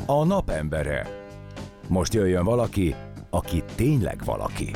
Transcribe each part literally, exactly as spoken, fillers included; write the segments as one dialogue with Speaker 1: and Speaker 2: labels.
Speaker 1: a napembere. Most jöjjön valaki, aki tényleg valaki.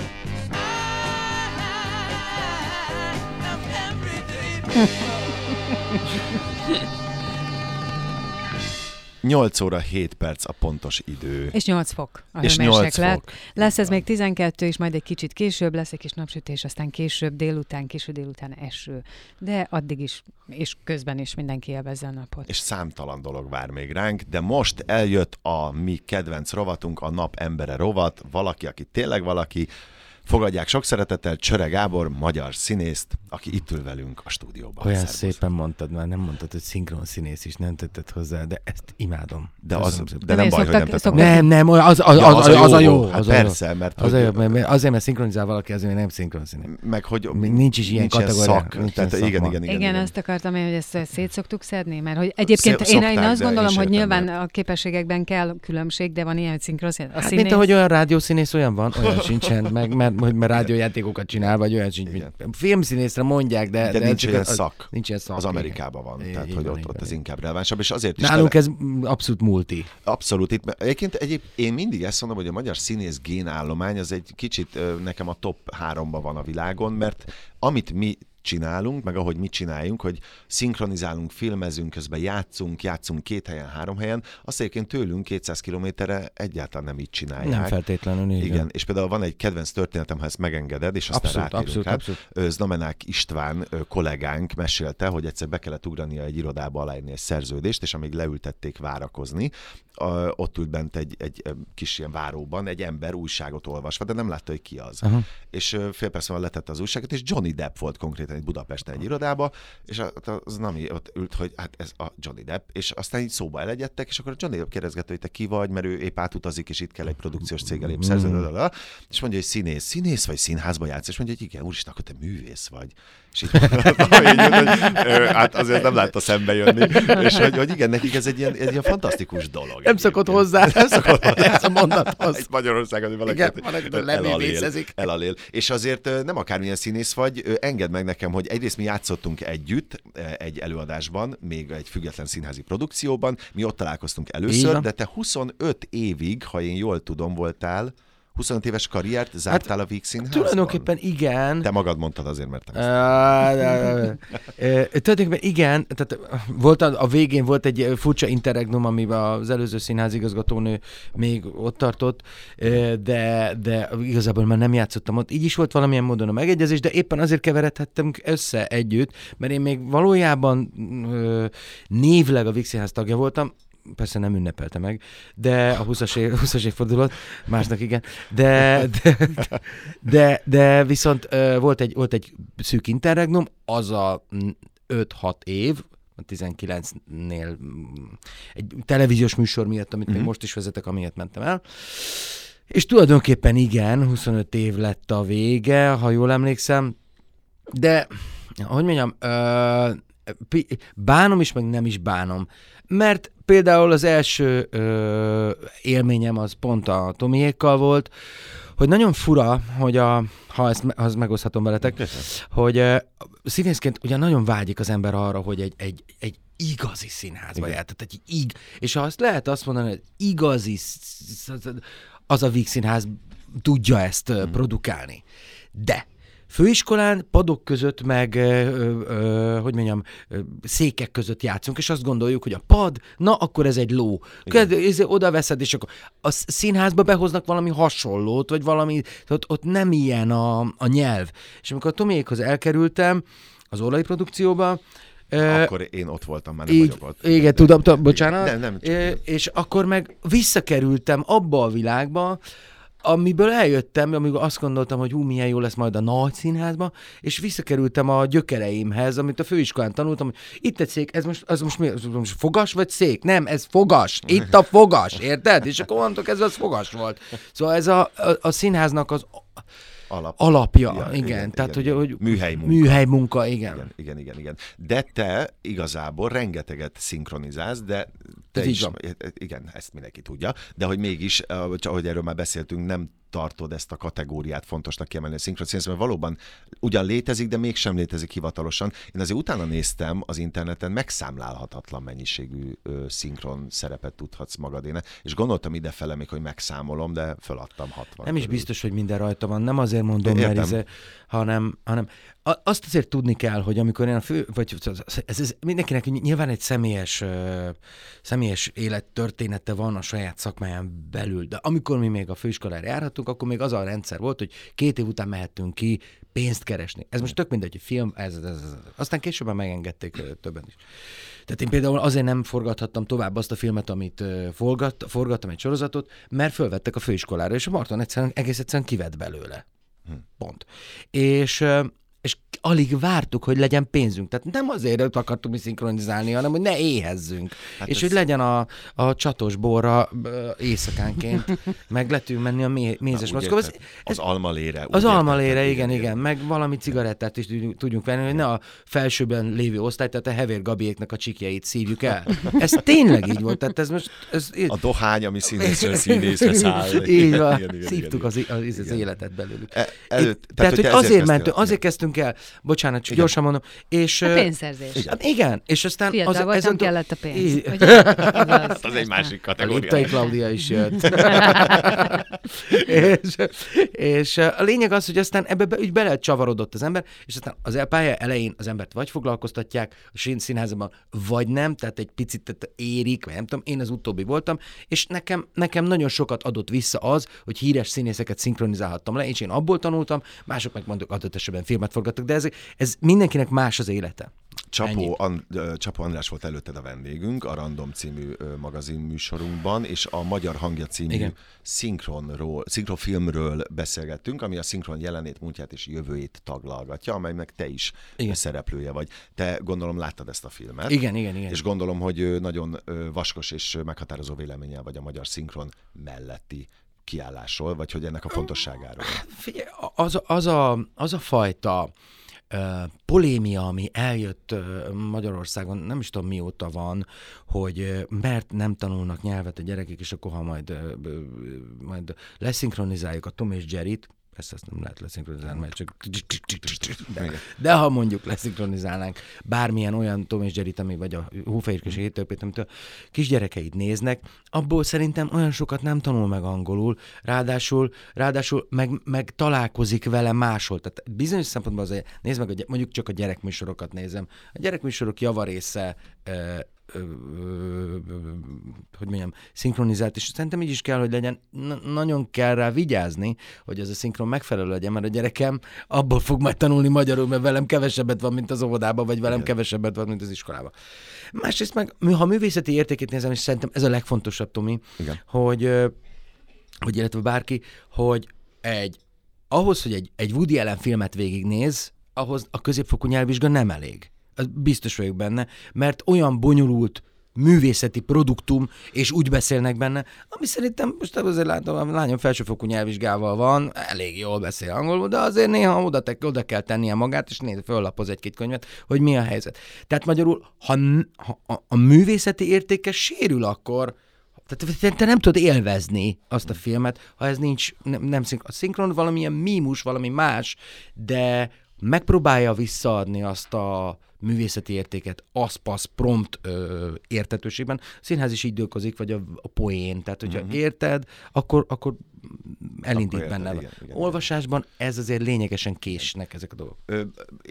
Speaker 2: nyolc óra hét perc a pontos idő.
Speaker 3: És nyolc fok a
Speaker 2: és
Speaker 3: hőmérséklet. Lesz ez még tizenkettő, és majd egy kicsit később lesz egy kis napsütés, aztán később délután, késő délután eső. De addig is, és közben is mindenki élvezze a napot.
Speaker 2: És számtalan dolog vár még ránk, de most eljött a mi kedvenc rovatunk, a Nap embere rovat. Valaki, aki tényleg valaki. Fogadják sok szeretettel Csöre Gábor, magyar színészt, aki itt ül velünk a stúdióban.
Speaker 4: Olyan
Speaker 2: Szervusz.
Speaker 4: szépen mondtad, már nem mondtad, hogy szinkron színész is, nem tetted hozzá, de ezt imádom.
Speaker 2: De, az,
Speaker 4: de,
Speaker 2: de nem baj,
Speaker 3: szoktak,
Speaker 2: hogy nem tettem.
Speaker 4: Nem, nem, az, az,
Speaker 2: Ja,
Speaker 4: az, az, az, az a jó.
Speaker 2: Hát
Speaker 4: az
Speaker 2: persze,
Speaker 4: a jó.
Speaker 2: mert,
Speaker 4: az
Speaker 2: hogy,
Speaker 4: a jó, mert azért, mert szinkronizál valaki, azért nem szinkron színész.
Speaker 2: meg hogy
Speaker 4: nincs is ilyen
Speaker 2: nincs
Speaker 4: kategória.
Speaker 2: szak.
Speaker 4: Nincs
Speaker 2: Tehát,
Speaker 4: ilyen
Speaker 2: igen,
Speaker 4: szakma.
Speaker 2: igen, igen,
Speaker 3: Igen,
Speaker 2: igen.
Speaker 3: azt akartam én, hogy ezt szét szoktuk szedni, mert hogy egyébként
Speaker 2: Szokták,
Speaker 3: én, én azt
Speaker 2: de
Speaker 3: gondolom,
Speaker 2: én
Speaker 3: hogy
Speaker 2: sem
Speaker 3: nyilván
Speaker 2: értem,
Speaker 3: a képességekben kell különbség, de van ilyen, hogy szinkron színész. A
Speaker 4: Hát,
Speaker 3: színész...
Speaker 4: mint ahogy olyan rádiószínész, olyan van, olyan sincsen, meg, mert, mert, mert rádiójátékokat csinál, vagy olyan sincs, mint filmszínészre mondják, de,
Speaker 2: de, de nincs
Speaker 4: csak
Speaker 2: ilyen
Speaker 4: az,
Speaker 2: szak.
Speaker 4: Nincs ilyen szak.
Speaker 2: Az Amerikában van,
Speaker 4: igen.
Speaker 2: tehát
Speaker 4: Így
Speaker 2: hogy
Speaker 4: van,
Speaker 2: ott,
Speaker 4: így
Speaker 2: ott
Speaker 4: van,
Speaker 2: az
Speaker 4: így.
Speaker 2: inkább relevánsabb, és azért is...
Speaker 4: Nálunk
Speaker 2: tele...
Speaker 4: ez abszolút multi.
Speaker 2: Abszolút. Itt, egyébként egyéb, én mindig ezt mondom, hogy a magyar színész génállomány az egy kicsit nekem a top háromban van a világon, mert amit mi csinálunk, meg ahogy mi csináljunk, hogy szinkronizálunk, filmezünk, közben játszunk, játszunk két helyen, három helyen, azt egyébként tőlünk kétszáz kilométerre egyáltalán nem így csinálják.
Speaker 4: Nem feltétlenül.
Speaker 2: Igen,
Speaker 4: Igen.
Speaker 2: és például van egy kedvenc történetem, ha ezt megengeded, és aztán
Speaker 4: Abszolút,
Speaker 2: rátérünk
Speaker 4: abszolút,
Speaker 2: rá.
Speaker 4: abszolút.
Speaker 2: Znamenák István kollégánk mesélte, hogy egyszer be kellett ugrania egy irodába aláírni egy szerződést, és amíg leültették várakozni, ott ült bent egy, egy kis ilyen váróban egy ember újságot olvasva, de nem látta, hogy ki az. Aha. És fél perc múlva letette az újságot, és Johnny Depp volt konkrétan egy Budapesten egy irodába, és az Nami ott ült, hogy hát ez a Johnny Depp, és aztán így szóba elegyedtek, és akkor a Johnny Depp kérdezgette, hogy te ki vagy, mert ő épp átutazik, és itt kell egy produkciós céggel épp szerződni, és mondja, hogy színész, színész vagy színházba játsz, és mondja, hogy igen, úristen, akkor te művész vagy. És így, így hogy, hát azért nem látta szembe jönni, és hogy, hogy igen, nekik ez egy ilyen, egy ilyen fantasztikus dolog.
Speaker 4: Nem szokott hozzá.
Speaker 2: Nem szokott hozzá.
Speaker 4: Ez a mondathoz.
Speaker 2: Egy Magyarországon, hogy valaki
Speaker 4: Igen, valaki leművészezik.
Speaker 2: Elalél. És azért nem akármilyen színész vagy, engedd meg nekem, hogy egyrészt mi játszottunk együtt egy előadásban, még egy független színházi produkcióban, mi ott találkoztunk először, de te huszonöt évig, ha én jól tudom, voltál, huszonöt éves karriert zártál hát, a Víg Színházban?
Speaker 4: Tulajdonképpen igen.
Speaker 2: Te magad mondtad, azért, mert te
Speaker 4: Tulajdonképpen igen. Tehát volt a, a végén volt egy furcsa interregnum, amiben az előző színházigazgatónő még ott tartott, de, de igazából már nem játszottam ott. Így is volt valamilyen módon a megegyezés, de éppen azért keveredhettünk össze együtt, mert én még valójában névleg a Víg Színház tagja voltam, persze nem ünnepelte meg, de a húszas évfordulót, másnak igen, de, de, de, de viszont volt egy, volt egy szűk interregnum, az a öt-hat év, a tizenkilencnél egy televíziós műsor miatt, amit mm-hmm. még most is vezetek, amiatt mentem el, és tulajdonképpen igen, huszonöt év lett a vége, ha jól emlékszem, de, hogy mondjam, bánom is, meg nem is bánom, mert például az első ö, élményem az pont a Tomiékkal volt, hogy nagyon fura, hogy a, ha ezt, ha ezt megoszthatom veletek, Köszön. hogy ö, színészként ugye nagyon vágyik az ember arra, hogy egy, egy, egy igazi színházba jár, tehát egy ig, és ha azt lehet azt mondani, hogy igazi, az a Víg Színház tudja ezt hmm. produkálni. De főiskolán padok között, meg, ö, ö, hogy mondjam, ö, székek között játszunk, és azt gondoljuk, hogy a pad, na, akkor ez egy ló. Ez, oda veszed, és akkor a színházba behoznak valami hasonlót, vagy valami, ott, ott nem ilyen a, a nyelv. És amikor a Tomiékhoz elkerültem, az Orlai produkcióba,
Speaker 2: akkor én ott voltam, már nem
Speaker 4: így,
Speaker 2: vagyok ott.
Speaker 4: Igen, tudom, tudom, bocsánat.
Speaker 2: Nem, nem, csak...
Speaker 4: És akkor meg visszakerültem abba a világba, amiből eljöttem, amikor azt gondoltam, hogy hú, milyen jó lesz majd a nagy színházba, és visszakerültem a gyökereimhez, amit a főiskolán tanultam, hogy itt egy szék, ez most, az most mi? Most fogas vagy szék? Nem, ez fogas. Itt a fogas, érted? És akkor mondtok, ez az fogas volt. Szóval ez a, a, a színháznak az Alap. alapja, ja, igen. igen. Tehát,
Speaker 2: igen,
Speaker 4: hogy, hogy
Speaker 2: műhely munka.
Speaker 4: Műhely munka, igen.
Speaker 2: igen. Igen, igen, igen. De te igazából rengeteget szinkronizálsz, de te
Speaker 4: ez
Speaker 2: is, igen, ezt mindenki tudja, de hogy mégis, ahogy erről már beszéltünk, nem tartod ezt a kategóriát fontosnak kiemelni a szinkronszínész, mert valóban ugyan létezik, de mégsem létezik hivatalosan. Én azért utána néztem az interneten, megszámlálhatatlan mennyiségű ö, szinkron szerepet tudhatsz magadének, és gondoltam idefele még, hogy megszámolom, de föladtam hatvan.
Speaker 4: Nem is
Speaker 2: körül.
Speaker 4: biztos, hogy minden rajta van, nem azért mondom,
Speaker 2: Értem.
Speaker 4: mert izé, hanem, hanem azt azért tudni kell, hogy amikor én a fő, vagy ez, ez mindenkinek nyilván egy személyes, uh, személyes élettörténete van a saját szakmáján belül, de amikor mi még a főiskolára járhattunk, akkor még az a rendszer volt, hogy két év után mehettünk ki pénzt keresni. Ez most tök mindegy, hogy film, ez, ez, ez. Aztán később megengedték uh, többen is. Tehát én például azért nem forgathattam tovább azt a filmet, amit uh, forgat, forgattam egy sorozatot, mert fölvettek a főiskolára, és a Marton egyszerűen, egész egyszerűen kivett belőle. Hm. Pont. És... Uh, és alig vártuk, hogy legyen pénzünk. Tehát nem azért akartuk mi szinkronizálni, hanem hogy ne éhezzünk. Hát és ez... hogy legyen a, a csatos borra éjszakánként, meg letünk menni a mé- mézes maszkóba. Ez,
Speaker 2: az almalére.
Speaker 4: Az almalére, igen, igen, igen. Meg valami cigarettát is tudjunk venni, hogy ne a felsőben lévő osztály, tehát a Hevér Gabiéknak a csikjeit szívjuk el. Ez tényleg így volt. Tehát ez most... Ez...
Speaker 2: A dohány, ami színészre színészre száll.
Speaker 4: Így van. Szívtuk az, az, az, az életet belőlük.
Speaker 2: E, előtt,
Speaker 4: tehát, tehát, hogy azért mentünk, azért kezdtünk el, bocsánat, csak gyorsan mondom. És,
Speaker 3: a pénzszerzés.
Speaker 4: Igen, igen és aztán...
Speaker 3: Fiatal voltam, ezen kellett a pénz.
Speaker 4: I...
Speaker 2: Hát az egy másik kategória.
Speaker 4: A Liptai Klaudia is jött. és, és a lényeg az, hogy aztán ebbe be, úgy bele csavarodott az ember, és aztán az elpálya elején az embert vagy foglalkoztatják a színházban, vagy nem, tehát egy picit érik, vagy nem tudom, én az utóbbi voltam, és nekem, nekem nagyon sokat adott vissza az, hogy híres színészeket szinkronizálhattam le, és én abból tanultam, mások meg mondjuk adott esetben filmet forgattak, de ez, ez mindenkinek más az élete.
Speaker 2: Csapó, And, Csapó András volt előtted a vendégünk a Random című magazin műsorunkban, és a Magyar Hangja című Igen. szinkronról, szinkronfilmről beszélgettünk, ami a szinkron jelenét, múltját és jövőjét taglalgatja, amelynek te is igen. szereplője vagy. Te gondolom láttad ezt a filmet.
Speaker 4: Igen, igen, igen.
Speaker 2: És gondolom, hogy nagyon vaskos és meghatározó véleménnyel vagy a magyar szinkron melletti kiállásról, vagy hogy ennek a fontosságáról.
Speaker 4: Figyelj, az, az, a, az a fajta uh, polémia, ami eljött uh, Magyarországon, nem is tudom mióta van, hogy uh, mert nem tanulnak nyelvet a gyerekek, és akkor ha majd, uh, uh, majd leszinkronizáljuk a Tom és Jerryt, ezt, ezt nem lehet leszinkronizálni, mert csak... De, de ha mondjuk leszinkronizálnánk bármilyen olyan Tom és Jerryt, ami vagy a Hófehérkés és Héttöpét, amit a kisgyerekeid néznek, abból szerintem olyan sokat nem tanul meg angolul, ráadásul, ráadásul meg, meg találkozik vele máshol. Tehát bizonyos szempontból azért, nézd meg, a, mondjuk csak a gyerekműsorokat nézem. A gyerekműsorok javarésze Ö, ö, ö, hogy mondjam, szinkronizált, és szerintem így is kell, hogy legyen. N- nagyon kell rá vigyázni, hogy ez a szinkron megfelelő legyen, mert a gyerekem abból fog majd tanulni magyarul, mert velem kevesebbet van, mint az óvodában, vagy velem Igen. kevesebbet van, mint az iskolában. Másrészt meg, ha művészeti értékét nézem, és szerintem ez a legfontosabb, Tomi, Igen. hogy, hogy illetve bárki, hogy egy, ahhoz, hogy egy, egy Woody Allen filmet végignéz, ahhoz a középfokú nyelvvizsga nem elég. Biztos vagyok benne, mert olyan bonyolult művészeti produktum, és úgy beszélnek benne, ami szerintem, most azért látom, a lányom felsőfokú nyelvvizsgával van, elég jól beszél angolul, de azért néha oda, te, oda kell tennie magát, és nézd, föllapoz egy-két könyvet, hogy mi a helyzet. Tehát magyarul, ha, ha a, a művészeti értéke sérül, akkor tehát te nem tudod élvezni azt a filmet, ha ez nincs, nem, nem szinkron. A szinkron valamilyen mímus, valami más, de megpróbálja visszaadni azt a művészeti értéket, az-pasz, prompt ö, értetőségben. A színház is így dolgozik, vagy a, a poén. Tehát, hogyha uh-huh. érted, akkor, akkor elindít akkor benne. Igen, igen, olvasásban ez azért lényegesen késnek ezek a dolgok. Ö,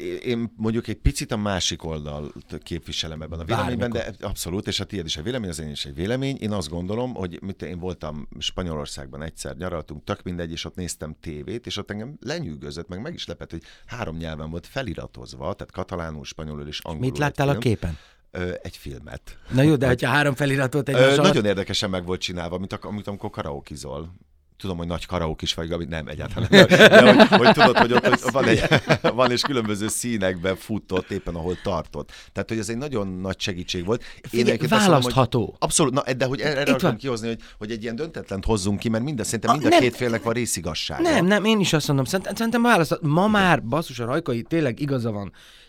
Speaker 2: én mondjuk egy picit a másik oldalt képviselem ebben a véleményben, Bármikor. de abszolút, és a tiéd is egy vélemény, az én is egy vélemény. Én azt gondolom, hogy mit én voltam Spanyolországban egyszer, nyaraltunk, tök mindegy, és ott néztem tévét, és ott engem lenyűgözött, meg meg is lepett, hogy három nyelven volt feliratozva, tehát katalánul, spanyolul és angolul.
Speaker 4: Mit láttál a képen?
Speaker 2: Ö, egy filmet.
Speaker 4: Na jó, de hogyha három feliratot egy
Speaker 2: Ö, Nagyon érdekesen meg volt csinálva, mint, a, mint amikor karaokizol. Tudom, hogy nagy karaók is vagy, Gabi, nem, egyáltalán nem. De hogy, hogy tudod, hogy ott hogy van, egy, van és különböző színekben futott éppen, ahol tartott. Tehát, hogy ez egy nagyon nagy segítség volt.
Speaker 4: Figyelj, választható.
Speaker 2: Mondom, hogy abszolút, na, de hogy erre akarom kihozni, hogy, hogy egy ilyen döntetlent hozzunk ki, mert minden, szerintem mind a, a két félnek van részigazsága.
Speaker 4: Nem, nem, én is azt mondom, szerintem, szerintem választható. Ma már, basszus, a Rajkai tényleg igaza van.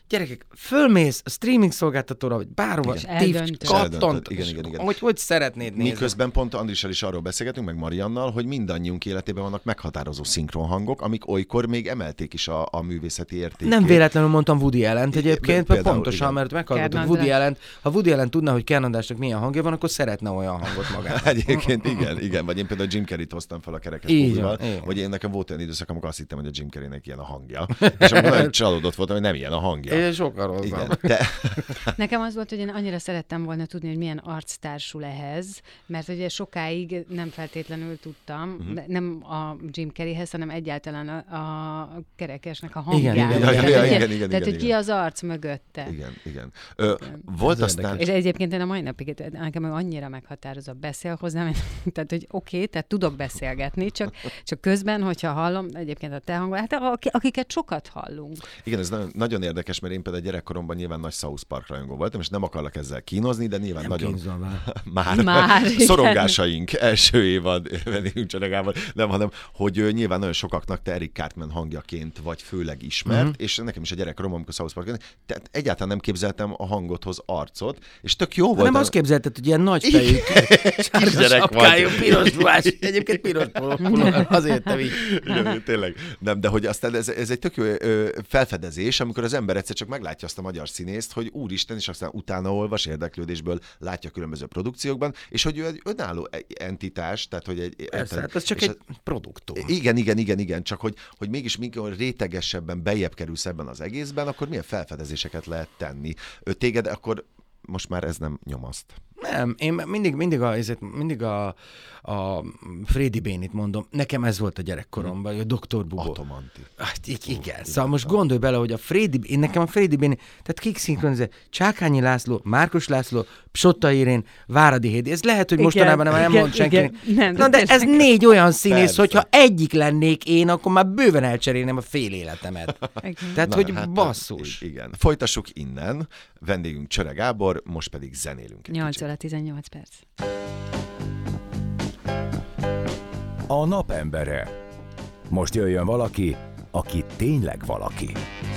Speaker 4: Gyerekek, fölmész a streaming szolgáltatóra, vagy bárhova,
Speaker 3: eldöntöd.
Speaker 4: kattant,
Speaker 2: Igen, igen, igen.
Speaker 4: hogy hogy szeretnéd nézni.
Speaker 2: Miközben pont Andrissal is arról beszélgetünk, meg Mariannal, hogy mindannyiunk életében vannak meghatározó szinkronhangok, amik olykor még emelték is a, a művészeti értékét.
Speaker 4: Nem véletlenül mondtam Woody Allent egyébként,
Speaker 2: Például,
Speaker 4: pontosan,
Speaker 2: igen.
Speaker 4: mert meghallgatok
Speaker 3: Kern
Speaker 4: Woody
Speaker 3: András.
Speaker 4: Allent. Ha Woody Allen tudna, hogy Kern Andrásnak milyen hangja van, akkor szeretne olyan hangot magának.
Speaker 2: Egyébként igen, igen. Vagy én például Jim Carreyt hoztam fel a kerekes
Speaker 4: Így
Speaker 2: púzival,
Speaker 4: van, igen.
Speaker 2: hogy én nekem volt olyan időszak, amikor azt hittem, hogy a Jim Carreynek ilyen a hangja. És akkor nagyon csalódott voltam, hogy nem ilyen a hangja.
Speaker 4: Én sokkal rosszabb.
Speaker 2: Igen. Te...
Speaker 3: Nekem az volt, hogy én annyira szerettem volna tudni, hogy milyen arc társul ehhez, mert ugye sokáig nem feltétlenül tudtam,
Speaker 2: Mhm.
Speaker 3: uh-huh. nem a Jim Carreyhez, hanem egyáltalán a, a kerekesnek a hangját.
Speaker 4: Igen, igen,
Speaker 3: Tehát,
Speaker 2: igen,
Speaker 3: hogy-
Speaker 2: igen, igen, igen,
Speaker 3: Tehát, hogy
Speaker 2: igen.
Speaker 3: ki az arc mögötte.
Speaker 2: Igen, igen. Ö, volt
Speaker 4: Ez
Speaker 2: aztán...
Speaker 4: érdekes.
Speaker 3: És egyébként én a mai napig, nekem ő annyira meghatározó, beszél hozzám, tehát, hogy oké, okay, tehát tudok beszélgetni, csak, csak közben, hogyha hallom, egyébként a te hangod, hát akiket sokat hallunk.
Speaker 2: Igen, ez nagyon, nagyon érdekes, mert én például gyerekkoromban nyilván nagy South Park rajongó voltam, és nem akarlak ezzel kínozni, de nyilván
Speaker 4: Nem
Speaker 2: nagyon...
Speaker 4: kínzol vele.
Speaker 2: Már,
Speaker 3: Már, igen.
Speaker 2: szorongásaink első évad vendégünk Csaregával, nem, hanem, hogy ö, nyilván nagyon sokaknak te Eric Cartman hangjaként vagy főleg ismert,
Speaker 4: Mhm.
Speaker 2: és nekem is a gyerekkorom, amikor South Park, tehát egyáltalán nem képzeltem a hangodhoz arcot, és tök jó volt.
Speaker 4: Nem azt képzelted, hogy ilyen nagy fejű, sárga
Speaker 2: Kisgyerek
Speaker 4: sapkájú,
Speaker 2: vagy.
Speaker 4: piros ruhás, egyébként piros póló, azért te így.
Speaker 2: Igen, tényleg. Nem, de hogy aztán ez, ez egy tök jó ö, felfedezés, amikor az ember egyszer csak meglátja azt a magyar színészt, hogy úristen, és aztán utána olvas, érdeklődésből látja különböző produkciókban, és hogy ő egy önálló entitás, tehát hogy egy...
Speaker 4: Persze, hát ez csak
Speaker 2: és
Speaker 4: egy produktor.
Speaker 2: Igen, igen, igen, igen, csak hogy, hogy mégis mikor rétegesebben bejebb kerülsz ebben az egészben, akkor milyen felfedezéseket lehet tenni. Ő téged akkor most már ez nem nyomaszt.
Speaker 4: Nem, én mindig, mindig, a, ezért, mindig a, a Frédi Bénit mondom. Nekem ez volt a gyerekkoromban, hogy a doktor Bubó.
Speaker 2: Atomanti.
Speaker 4: Hát, igen, igen. Szóval most gondolj bele, hogy a Frédi, én nekem a Frédi Béni, tehát kik szinkronizál? Csákányi László, Márkus László, Psotta Irén, Váradi Hédi. Ez lehet, hogy
Speaker 3: Igen,
Speaker 4: mostanában nem
Speaker 3: igen,
Speaker 4: elmond senki.
Speaker 3: igen. Nem,
Speaker 4: Na de ez
Speaker 3: tényleg.
Speaker 4: négy olyan színész,
Speaker 2: Persze.
Speaker 4: hogyha egyik lennék én, akkor már bőven elcserélném a fél életemet. Tehát,
Speaker 2: Na,
Speaker 4: hogy
Speaker 2: hát,
Speaker 4: basszus.
Speaker 2: Igen. Folytassuk innen. Vendégünk Csöre Gábor, most pedig zenélünk egy
Speaker 3: nyolc
Speaker 2: kicsit.
Speaker 3: óra tizennyolc perc.
Speaker 1: A napembere. Most jöjjön valaki, aki tényleg valaki.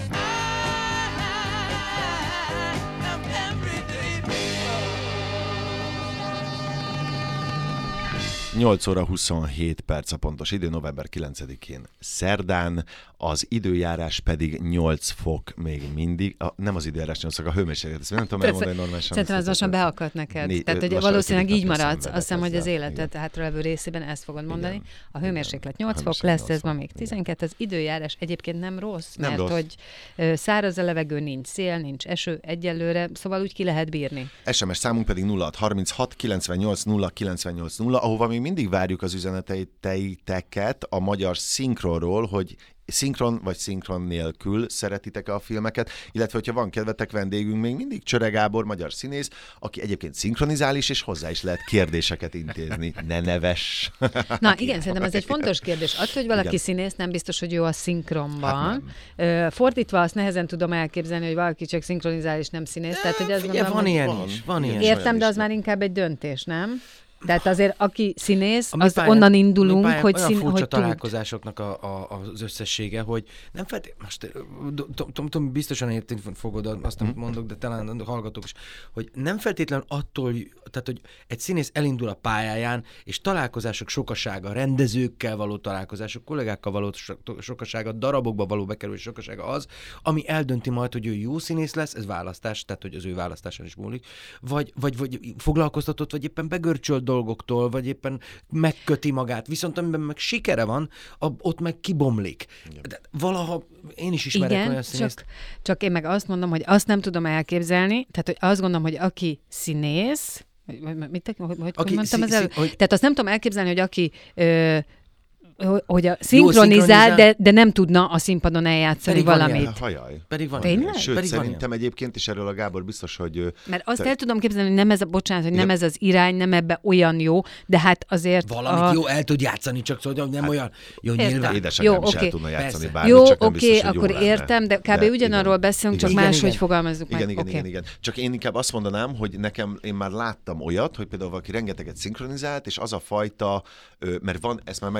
Speaker 2: nyolc óra huszonhét perc a pontos idő, november kilencedikén szerdán, az időjárás pedig nyolc fok még mindig, a, nem az időjárás nyolc fok, a hőmérséklet, ezt nem tudom elmondani normálisan.
Speaker 3: Szerintem az lassan beakadt neked.
Speaker 2: Négy-
Speaker 3: Tehát, hogy
Speaker 2: lassan
Speaker 3: valószínűleg
Speaker 2: ötödik
Speaker 3: így
Speaker 2: napra
Speaker 3: maradsz. Azt hiszem, hogy az
Speaker 2: ezzel.
Speaker 3: életed
Speaker 2: Igen.
Speaker 3: hátralévő részében ezt fogod mondani.
Speaker 2: Igen.
Speaker 3: A hőmérséklet nyolc
Speaker 2: A
Speaker 3: fok
Speaker 2: hőmérséklet
Speaker 3: lesz, ez ma
Speaker 2: nyolc
Speaker 3: még
Speaker 2: fok.
Speaker 3: tizenkettő. Az időjárás egyébként nem rossz,
Speaker 2: Nem
Speaker 3: mert
Speaker 2: rossz.
Speaker 3: hogy ö, száraz a levegő, nincs szél, nincs eső egyelőre, szóval úgy ki lehet bírni.
Speaker 2: es em es számunk pedig nulla hat harminchat kilencvennyolc nulla kilencvennyolc nulla, ahova még mindig várjuk az üzeneteiteket a magyar szinkronról, hogy szinkron vagy szinkron nélkül szeretitek-e a filmeket, illetve hogyha van kedvetek, vendégünk még mindig Csöre Gábor, magyar színész, aki egyébként szinkronizál is, és hozzá is lehet kérdéseket intézni. Ne neves.
Speaker 3: Na igen, szerintem ez egy fontos kérdés. Attól, hogy valaki
Speaker 2: Igen.
Speaker 3: színész, nem biztos, hogy jó a szinkronban.
Speaker 2: Hát
Speaker 3: Fordítva azt nehezen tudom elképzelni, hogy valaki csak szinkronizál és nem színész. Tehát, hogy ez
Speaker 4: Figyelj,
Speaker 3: nem,
Speaker 4: van
Speaker 3: hogy-
Speaker 4: ilyen
Speaker 2: van.
Speaker 4: is, van
Speaker 2: Igen.
Speaker 4: ilyen.
Speaker 3: Értem, de az már inkább egy döntés, nem? Tehát azért, aki színész,
Speaker 4: A mi
Speaker 3: az
Speaker 4: pályán-
Speaker 3: onnan
Speaker 4: mi
Speaker 3: indulunk,
Speaker 4: pályán
Speaker 3: hogy,
Speaker 4: olyan
Speaker 3: szín,
Speaker 4: furcsa
Speaker 3: hogy tud.
Speaker 4: találkozásoknak a, a, az összessége, hogy nem feltétlenül, most tudom, biztosan érteni fogod azt, amit mondok, de talán a hallgatók is, hogy nem feltétlenül attól, tehát, hogy egy színész elindul a pályáján, és találkozások sokasága, rendezőkkel való találkozások, kollégákkal való so- sokasága, darabokba való bekerülés sokasága az, ami eldönti majd, hogy ő jó színész lesz, ez választás, tehát, hogy az ő választáson is múlik, vagy, vagy, vagy foglalkoztatott, vagy éppen begörcsölt dolgoktól, vagy éppen megköti magát, viszont amiben meg sikere van, a, ott meg kibomlik. De valaha én is ismerek
Speaker 3: Igen,
Speaker 4: olyan színészt.
Speaker 3: csak, csak én meg azt mondom, hogy azt nem tudom elképzelni, tehát hogy azt gondolom, hogy aki színész, vagy- vagy- mit, hogy, hogy
Speaker 4: Aki
Speaker 3: mondtam
Speaker 4: szí-
Speaker 3: az el?
Speaker 4: szí- hogy-
Speaker 3: Tehát azt nem tudom elképzelni, hogy aki ö, hogy- hogy a szinkronizál,
Speaker 4: szinkronizál.
Speaker 3: de, de nem tudna a színpadon eljátszani
Speaker 4: Pedig van
Speaker 3: valamit.
Speaker 4: ilyen.
Speaker 2: Hajaj.
Speaker 4: Pedig van
Speaker 3: Tényleg?
Speaker 4: ilyen.
Speaker 2: Sőt,
Speaker 4: Pedig van
Speaker 2: szerintem
Speaker 4: ilyen.
Speaker 2: egyébként is erről a Gábor biztos, hogy... ö,
Speaker 3: Mert azt
Speaker 2: te-
Speaker 3: el tudom képzelni, hogy nem ez a, bocsánat, hogy nem
Speaker 2: Igen.
Speaker 3: ez az irány, nem ebbe olyan jó, de hát azért
Speaker 4: Valamit
Speaker 3: a...
Speaker 4: jó el tud játszani, csak szóval nem
Speaker 2: Hát,
Speaker 4: olyan. Jó,
Speaker 3: értem.
Speaker 4: nyilván.
Speaker 2: Édesanyám
Speaker 3: Jó,
Speaker 2: is el
Speaker 3: oké.
Speaker 2: tudna játszani
Speaker 4: Persze.
Speaker 2: bármit,
Speaker 3: Jó,
Speaker 2: csak nem
Speaker 3: oké,
Speaker 2: biztos, hogy jó
Speaker 3: akkor
Speaker 2: lenne.
Speaker 3: értem, de kb.
Speaker 2: De
Speaker 3: ugyanarról
Speaker 2: igen.
Speaker 3: beszélünk, csak
Speaker 4: Igen,
Speaker 3: máshogy
Speaker 4: igen.
Speaker 3: fogalmazzuk meg.
Speaker 2: Igen, igen,
Speaker 3: Oké.
Speaker 2: igen, igen. Csak én inkább azt mondanám, hogy nekem, én már láttam olyat, hogy például valaki rengeteget szinkronizált, és az a fajta, ö, mert van, ezt már megbeszéltük,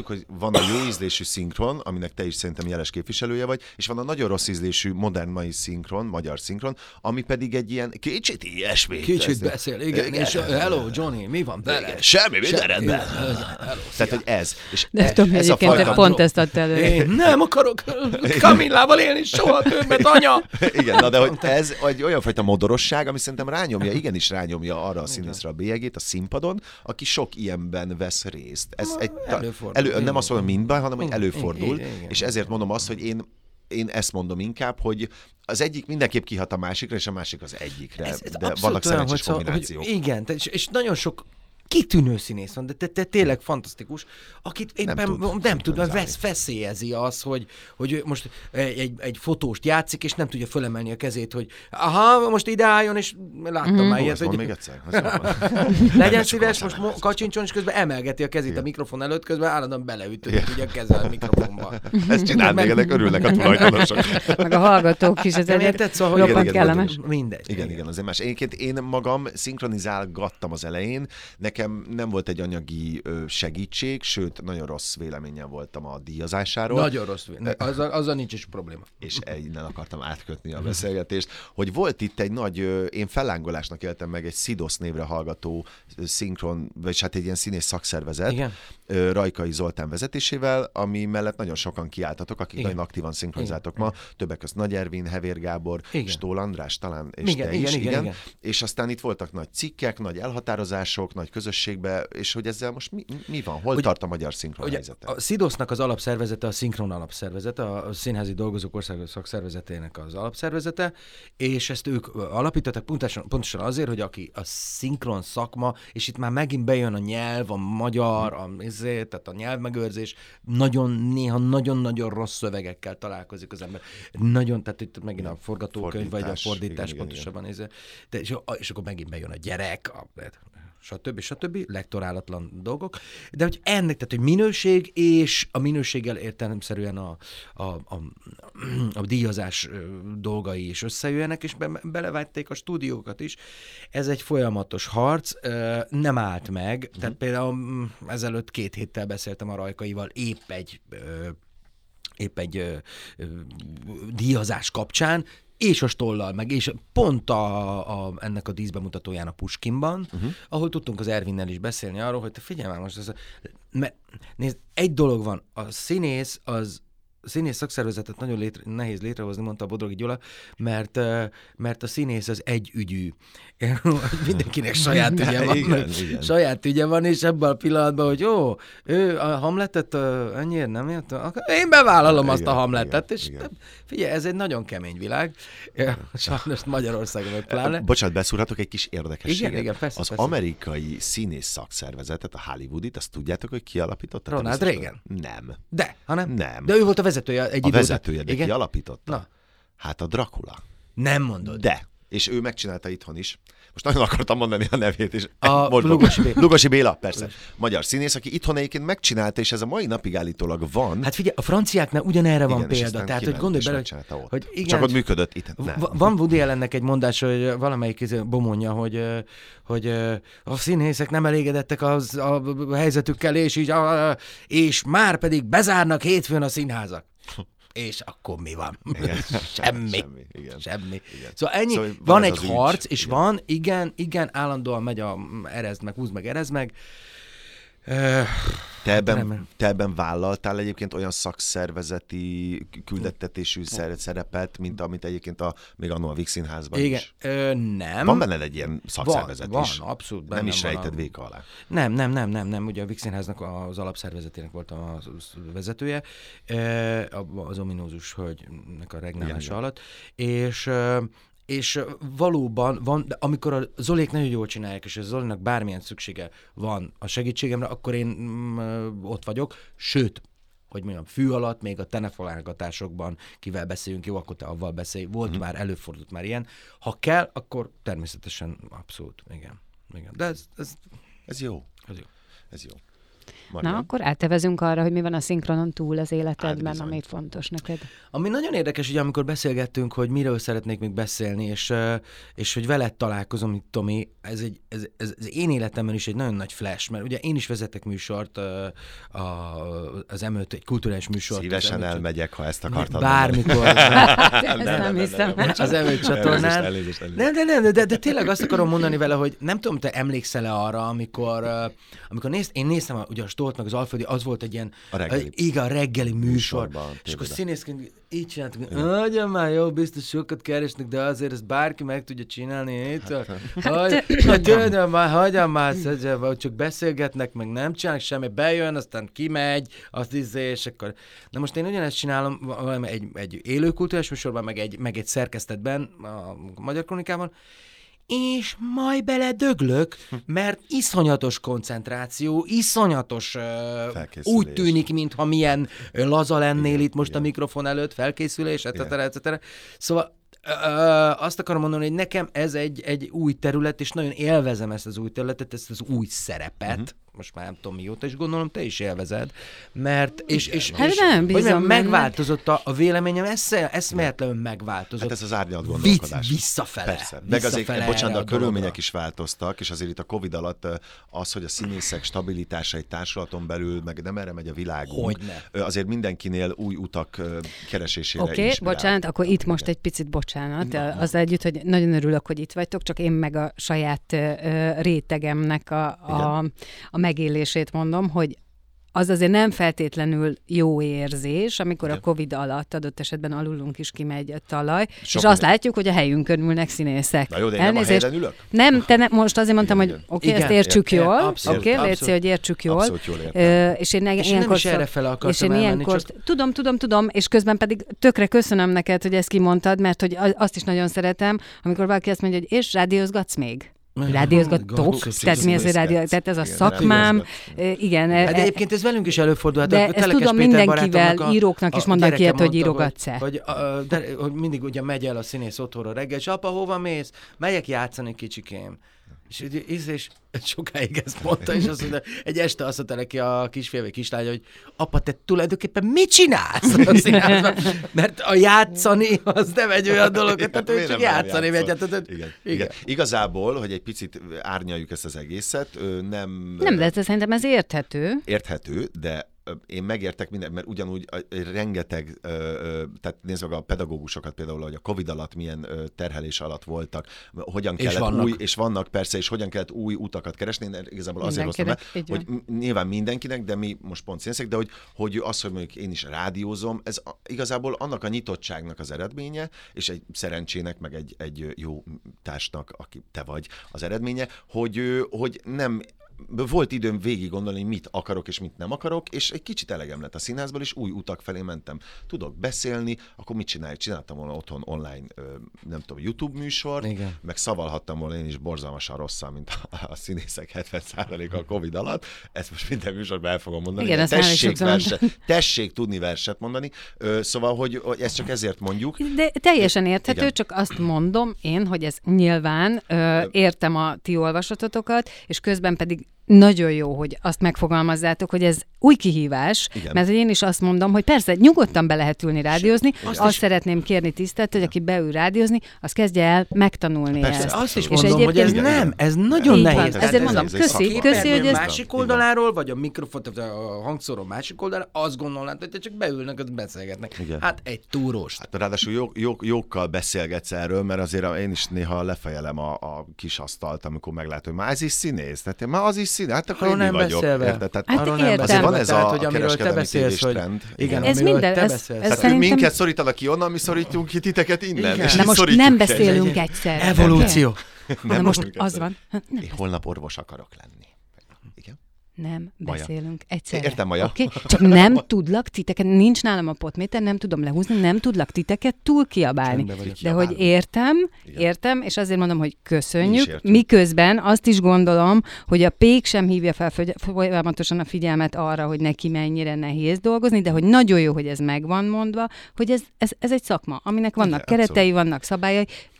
Speaker 2: hogy van a jó ízlésű szinkron, aminek te is szerintem jeles képviselője vagy, és van a nagyon rossz ízlésű modern mai szinkron, magyar szinkron, ami pedig egy ilyen kicsit ilyesmi.
Speaker 4: Kicsit beszél, igen, igen. És hello Johnny, mi van veled?
Speaker 2: Semmi, minden rendben. Tehát, hogy ez. És
Speaker 3: De
Speaker 2: ez,
Speaker 3: tudom,
Speaker 2: ez a
Speaker 3: egyébként
Speaker 2: fajta...
Speaker 3: pont ezt adta elő.
Speaker 4: Én nem akarok Kamillával élni soha többet, anya!
Speaker 2: Igen, na de hogy ez egy olyan fajta modorosság, ami szerintem rányomja, igenis rányomja arra a színészre a bélyegét a színpadon, aki sok ilyenben vesz részt. Ez egy, elő, nem azt mondom mindben, hanem hogy előfordul, igen, igen, és ezért mondom azt, hogy én én ezt mondom inkább, hogy az egyik mindenképp kihat a másikra, és a másik az egyikre.
Speaker 4: Ez, ez
Speaker 2: de vannak szerencsés kombinációk.
Speaker 4: Hogy igen, és, és nagyon sok kitűnő színész van, de te, te tényleg fantasztikus, akit éppen nem tud, nem tud mert vesz, feszélyezi az, hogy, hogy most egy, egy fotóst játszik, és nem tudja fölemelni a kezét, hogy aha, most ide álljon, és láttam mm. már ilyet.
Speaker 2: Hogy...
Speaker 4: még
Speaker 2: egyszer.
Speaker 4: Legyen szíves, most mo- kacsincson, és közben emelgeti a kezét igen. a mikrofon előtt, közben állandóan beleütődik ugye a kezel a mikrofonba.
Speaker 2: Ezt csináld meg, ennek örülnek a tulajdonosok.
Speaker 3: Meg a hallgatók is, ez egyet
Speaker 4: szóval,
Speaker 3: roppant kellemes.
Speaker 4: Mindegy.
Speaker 2: Igen, igen, azért más. Egyébként én magam szinkronizálgattam az elején, nekem nem volt egy anyagi segítség, sőt, nagyon rossz véleménnyel voltam a díjazásáról.
Speaker 4: Nagyon rossz vélemény. Azzal, azzal nincs is probléma.
Speaker 2: És innen akartam átkötni a beszélgetést, hogy volt itt egy nagy, én fellángolásnak éltem meg egy Szidosz névre hallgató szinkron, vagy hát egy ilyen színész szakszervezet, igen. Rajkai Zoltán vezetésével, ami mellett nagyon sokan kiálltatok, akik igen. nagyon aktívan szinkronizáltok igen. ma, többek között Nagy Ervin, Hevér Gábor, igen. Stól András talán, és
Speaker 4: igen,
Speaker 2: te
Speaker 4: igen,
Speaker 2: is,
Speaker 4: igen,
Speaker 2: igen.
Speaker 4: igen.
Speaker 2: És aztán itt voltak nagy cikkek, nagy elhatározások, nagy közösségbe, és hogy ezzel most mi, mi van? Hol ugye, tart a magyar szinkron helyzete?
Speaker 4: A Szidosznak az alapszervezete a szinkron alapszervezete, a Színházi Dolgozók Országos Szakszervezetének az alapszervezete, és ezt ők alapították pontosan, pontosan azért, hogy aki a szinkron szakma, és itt már megint bejön a nyelv, a magyar, a, tehát a nyelvmegőrzés, nagyon, néha nagyon-nagyon rossz szövegekkel találkozik az ember. Nagyon, tehát itt megint a forgatókönyv, vagy a fordítás igen, pontosabban nézve. De, és, és akkor megint bejön a gyerek, a, stb. stb. Lektorálatlan dolgok. De hogy ennek, tehát hogy minőség, és a minőséggel értelemszerűen a, a, a, a díjazás dolgai is összejöjjenek, és be, belevették a stúdiókat is. Ez egy folyamatos harc, nem állt meg. Uh-huh. Tehát például ezelőtt két héttel beszéltem a Rajkaival épp egy épp egy ö, ö, díjazás kapcsán, és a Stollal, meg és pont a, a, ennek a díszbemutatóján a Puskinban, uh-huh. ahol tudtunk az Ervinnel is beszélni arról, hogy te figyelj már most, ez a, mert, nézd, egy dolog van, a színész az a színész szakszervezetet nagyon létre, nehéz létrehozni, mondta a Bodrogi Gyula, mert, mert a színész az együgyű. Mindenkinek saját ügye van. igen, igen. Saját ügye van, és ebben a pillanatban, hogy jó, ő a Hamletet ennyire nem ért, én bevállalom igen, azt a Hamletet, igen, és igen. figyelj, ez egy nagyon kemény világ. Sajnos Magyarországon meg pláne.
Speaker 2: Bocsánat, beszúrhatok egy kis érdekességet.
Speaker 4: Igen, igen, persze,
Speaker 2: az
Speaker 4: persze. amerikai
Speaker 2: színész szakszervezetet, a Hollywoodit, azt tudjátok, hogy ki alapította?
Speaker 4: Ronald Reagan.
Speaker 2: Nem.
Speaker 4: De, hanem?
Speaker 2: Nem.
Speaker 4: De ő volt a vezetője egy időben.
Speaker 2: A vezetője, de ki alapította?
Speaker 4: Na.
Speaker 2: Hát a Dracula.
Speaker 4: Nem mondod.
Speaker 2: De. És ő megcsinálta itthon is. Most nagyon akartam mondani a nevét is.
Speaker 4: A
Speaker 2: Most
Speaker 4: Lugosi Béla.
Speaker 2: Lugosi Béla, persze. Magyar színész, aki itthon egyébként megcsinálta, és ez a mai napig állítólag van.
Speaker 4: Hát figyelj, a franciáknál ugyanerre van
Speaker 2: igen,
Speaker 4: példa. Tehát, hogy gondolj bele, hogy, hogy igen,
Speaker 2: csak ott működött, itt nem.
Speaker 4: Van Woody Allennek egy mondás, hogy valamelyik bomonja, hogy, hogy a színészek nem elégedettek az, a helyzetükkel, és így, és már pedig bezárnak hétfőn a színházak. És akkor mi van?
Speaker 2: Igen.
Speaker 4: Semmi.
Speaker 2: Semmi. Igen.
Speaker 4: Semmi.
Speaker 2: Igen.
Speaker 4: Szóval ennyi,
Speaker 2: szóval
Speaker 4: van,
Speaker 2: van
Speaker 4: egy
Speaker 2: az
Speaker 4: harc,
Speaker 2: ügy.
Speaker 4: és
Speaker 2: Igen.
Speaker 4: van, igen, igen, állandóan megy a erezd meg, húzd meg, erezd meg.
Speaker 2: Te ebben, te ebben vállaltál egyébként olyan szakszervezeti küldettetésű szerepet, mint amit egyébként a, még annó a Víg Színházban
Speaker 4: igen,
Speaker 2: is?
Speaker 4: Ö, nem.
Speaker 2: Van benned egy ilyen szakszervezet
Speaker 4: van,
Speaker 2: is?
Speaker 4: Van, abszolút.
Speaker 2: Nem is rejted
Speaker 4: a...
Speaker 2: véka alá?
Speaker 4: Nem, nem, nem, nem, nem. Ugye a Víg Színháznak az alapszervezetének voltam a vezetője, az ominózus hölgynek a regnálása alatt, és... És valóban van, de amikor a Zolék nagyon jól csinálják, és a Zolinak bármilyen szüksége van a segítségemre, akkor én mm, ott vagyok. Sőt, hogy mondjam, fű alatt, még a telefonálgatásokban kivel beszéljünk, jó, akkor te avval beszélj. Volt mm-hmm. már, előfordult már ilyen. Ha kell, akkor természetesen abszolút, igen. igen. De ez, ez...
Speaker 2: Ez jó.
Speaker 4: Ez jó.
Speaker 2: Ez jó.
Speaker 3: Na, akkor átevezünk arra, hogy mi van a szinkronon túl az életedben,
Speaker 2: Hát
Speaker 3: ami fontos neked.
Speaker 4: Ami nagyon érdekes, ugye amikor beszélgettünk, hogy miről szeretnék még beszélni, és, és hogy veled találkozom, itt Tomi, ez, egy, ez, ez, ez én életemben is egy nagyon nagy flash, mert ugye én is vezetek műsort, a, az em öt, egy kulturális műsort.
Speaker 2: Szívesen elmegyek, ha ezt akartad.
Speaker 4: Bármikor.
Speaker 3: Ezt nem hiszem.
Speaker 4: Az em öt csatornán. Nem, de, nem, de, de tényleg azt akarom mondani vele, hogy nem tudom, te emlékszel-e arra, amikor, amikor néz, én néztem ugye a Stolt meg az Alföldi, az volt egy ilyen,
Speaker 2: a reggeli.
Speaker 4: igen, a reggeli műsor,
Speaker 2: Műsorban,
Speaker 4: és akkor
Speaker 2: tévében.
Speaker 4: színészként így csináltuk, hogy már jó, biztos sokat keresnek, de azért ezt bárki meg tudja csinálni itt. Hagyjam már, hagyjam már, csak beszélgetnek, meg nem csinálnak semmi, bejön, aztán kimegy, azt izé, és akkor... Na most én ugyanezt csinálom egy, egy élő kulturális műsorban, meg egy, meg egy szerkesztetben, a Magyar Kronikában, és majd beledöglök, mert iszonyatos koncentráció, iszonyatos uh, úgy tűnik, mintha milyen laza lennél igen, itt most igen. a mikrofon előtt, felkészülés, et cetera, et cetera. Szóval uh, azt akarom mondani, hogy nekem ez egy, egy új terület, és nagyon élvezem ezt az új területet, ezt az új szerepet. Uh-huh. Most már nem tudom mióta, és gondolom te is élvezed, mert és, és,
Speaker 3: hát
Speaker 4: és
Speaker 3: nem,
Speaker 4: hogy
Speaker 3: bízom
Speaker 4: megváltozott a, a véleményem, eszméletlenül megváltozott.
Speaker 2: Hát ez az árnyalt gondolkodás.
Speaker 4: Visz, visszafele.
Speaker 2: Persze. Meg azért, bocsánat, a, a körülmények
Speaker 4: dologra.
Speaker 2: is változtak, és azért itt a Covid alatt az, hogy a színészek stabilitása egy társulaton belül, meg nem erre megy a világunk,
Speaker 4: Hogyne.
Speaker 2: azért mindenkinél új utak keresésére
Speaker 3: Oké, okay, bocsánat, akkor itt most egy picit bocsánat, az együtt, hogy nagyon örülök, hogy itt vagytok, csak én meg a saját uh, rétegemnek a, a, a megélését mondom, hogy az azért nem feltétlenül jó érzés, amikor igen. a Covid alatt adott esetben alulunk is kimegy a talaj, Sok és minden. Azt látjuk, hogy a helyünkön ülnek színészek.
Speaker 2: Na jó, de én nem a helyen ülök?
Speaker 3: Nem, te ne, most azért mondtam, igen, hogy oké, okay, ezt értsük igen, jól, oké, okay, létszik, hogy értsük jól.
Speaker 2: Abszolút jól értem.
Speaker 3: Uh, és én,
Speaker 4: és
Speaker 3: én
Speaker 4: nem is erre fele akartam elmenni,
Speaker 3: csak... Tudom, tudom, tudom, és közben pedig tökre köszönöm neked, hogy ezt kimondtad, mert hogy azt is nagyon szeretem, amikor valaki azt mondja, hogy és rádiózgatsz még? Rádiózgatok, tehát mi az, hogy rádió, tehát ez a szakmám, igen.
Speaker 4: Hát egyébként ez velünk is előfordul.
Speaker 3: De ezt tudom mindenkivel, íróknak is mondanak ilyet, hogy írogatsz-e.
Speaker 4: Hogy, de, hogy mindig ugye megy el a színész otthonra reggel, és apa, hova mész? Megyek játszani, kicsikém. És, és, és sokáig ezt mondta, és azt mondta, egy este azt mondta neki a kisfiam vagy kislánya, hogy apa, te tulajdonképpen mit csinálsz a színházban? Mert a játszani az nem egy olyan dolog, tehát ő csak játszani megy.
Speaker 2: Igen. Igen. Igen. Igazából, hogy egy picit árnyaljuk ezt az egészet, nem...
Speaker 3: Nem, de ez szerintem ez érthető.
Speaker 2: Érthető, de én megértek minden, mert ugyanúgy rengeteg, tehát nézd meg a pedagógusokat például, hogy a Covid alatt milyen terhelés alatt voltak, hogyan kellett és vannak. új, és vannak persze, és hogyan kellett új utakat keresni, én igazából azért hoztam be, hogy nyilván mindenkinek, de mi most pont színészek, de hogy, hogy az, hogy mondjuk én is rádiózom, ez igazából annak a nyitottságnak az eredménye, és egy szerencsének, meg egy, egy jó társnak, aki te vagy az eredménye, hogy, hogy nem volt időm végig gondolni, hogy mit akarok és mit nem akarok, és egy kicsit elegem lett a színházból, és új utak felé mentem. Tudok beszélni, akkor mit csináljuk? Csináltam volna otthon online, nem tudom, YouTube műsort, igen. meg szavalhattam volna én is borzalmasan rosszal, mint a színészek hetven százaléka a Covid alatt. Ezt most minden műsorban el fogom mondani. Igen, tessék, verset, tessék tudni verset mondani. Szóval, hogy ezt csak ezért mondjuk.
Speaker 3: De teljesen érthető, igen. csak azt mondom én, hogy ez nyilván ö, értem a ti olvasatotokat, és közben pedig nagyon jó, hogy azt megfogalmazzátok, hogy ez új kihívás, igen. mert én is azt mondom, hogy persze nyugodtan be lehet ülni rádiózni, azt, azt szeretném kérni tisztelt, hogy aki beül rádiózni, az kezdje el megtanulni
Speaker 4: persze,
Speaker 3: ezt.
Speaker 4: Azt is és mondom, hogy ez nem, ez nagyon nehéz.
Speaker 3: Van. Ezért mondom, köszi, köszi, hogy ez...
Speaker 4: másik oldaláról, vagy a mikrofon, a hangszóró másik oldaláról, azt gondolnád, hogy te csak beülnek, az beszélgetnek. Igen. Hát egy túrós.
Speaker 2: Hát ráadásul jó, jó, jókkal beszélgetsz erről, mert azért én is néha lefejelem a, a kis asztalt, amikor meglátom, hogy már ez is színész, tehát már az is színész, hát akkor én mi vagyok. Érted? Tehát
Speaker 3: hát értem.
Speaker 2: Azért van ez
Speaker 4: tehát,
Speaker 2: a,
Speaker 4: hogy
Speaker 2: a kereskedelmi
Speaker 4: tévéstrend.
Speaker 2: Igen,
Speaker 3: ez minden,
Speaker 4: te
Speaker 3: ez,
Speaker 4: beszélsz.
Speaker 3: ez
Speaker 2: tehát
Speaker 3: szerintem...
Speaker 2: minket szorítanak ki onnan, mi szorítjuk ki titeket innen.
Speaker 3: Igen. És na most nem beszélünk egyszer.
Speaker 4: Evolúció.
Speaker 3: Na most az van.
Speaker 2: Én holnap orvos akarok lenni. Igen?
Speaker 3: Nem beszélünk egyszerre.
Speaker 2: Értem, Maja.
Speaker 3: Okay? Csak nem tudlak titeket, nincs nálam a potméter, nem tudom lehúzni, nem tudlak titeket túl kiabálni. De hogy értem, igen. értem, és azért mondom, hogy köszönjük, miközben azt is gondolom, hogy a pék sem hívja fel folyamatosan a figyelmet arra, hogy neki mennyire nehéz dolgozni, de hogy nagyon jó, hogy ez meg van mondva, hogy ez, ez, ez egy szakma, aminek vannak igen, keretei, abszolút. Vannak szabályai,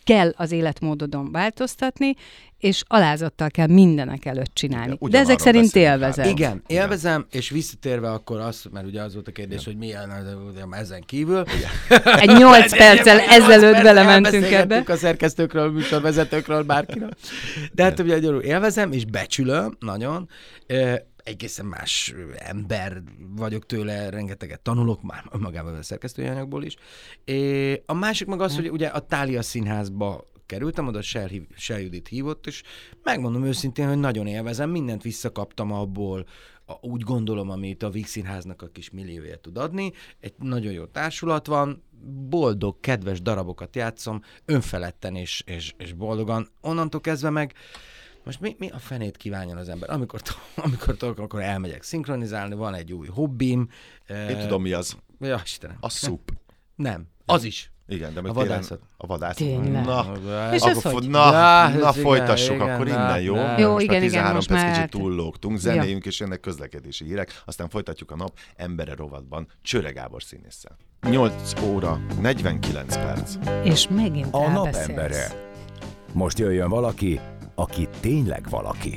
Speaker 3: kell az életmódodon változtatni, és alázattal kell mindenek előtt csinálni.
Speaker 2: Igen,
Speaker 3: de ezek szerint
Speaker 2: beszélünk,
Speaker 3: élvezem.
Speaker 2: hát.
Speaker 4: Igen, élvezem, és visszatérve akkor az, mert ugye az volt a kérdés, igen. hogy milyen ezen kívül.
Speaker 3: Egy nyolc perccel ezelőtt belementünk ebbe.
Speaker 4: a szerkesztőkről, műsorvezetőkről, bárkiről. De hát ugye élvezem, és becsülöm nagyon. Egészen más ember vagyok tőle, rengeteget tanulok, már magában a szerkesztői anyagból is. É, a másik meg az, hogy ugye a Thália Színházba kerültem, oda Sel Judit hívott, és megmondom őszintén, hogy nagyon élvezem, mindent visszakaptam abból, a, úgy gondolom, amit a Víg Színháznak a kis milliója tud adni. Egy nagyon jó társulat van, boldog, kedves darabokat játszom, önfeledten és, és, és boldogan. Onnantól kezdve meg most mi, mi a fenét kívánjon az ember? Amikor, amikor tudok, akkor elmegyek szinkronizálni, van egy új hobbim.
Speaker 2: Én uh, tudom, mi az.
Speaker 4: Ja, Istenem.
Speaker 2: A szup.
Speaker 4: Nem, az is.
Speaker 2: Igen, de
Speaker 4: a vadászat.
Speaker 2: A vadászat.
Speaker 3: Tényleg.
Speaker 2: Na,
Speaker 3: és
Speaker 2: akkor,
Speaker 3: ez hogy?
Speaker 2: na,
Speaker 4: Ja,
Speaker 2: na
Speaker 4: igen,
Speaker 2: folytassuk,
Speaker 4: igen,
Speaker 2: akkor
Speaker 4: na,
Speaker 2: innen, jó?
Speaker 4: na.
Speaker 3: Jó,
Speaker 2: most
Speaker 3: igen,
Speaker 2: már
Speaker 3: igen,
Speaker 2: tizenhárom
Speaker 3: most
Speaker 2: perc
Speaker 3: már...
Speaker 2: kicsit túllógtunk, zenéjünk, és jönnek közlekedési hírek, aztán folytatjuk a nap Embere rovatban Csőre Gábor színésszel. nyolc óra negyvenkilenc perc.
Speaker 3: És megint
Speaker 1: A
Speaker 3: elbeszélsz.
Speaker 1: napembere. Most jöjjön valaki, aki tényleg valaki.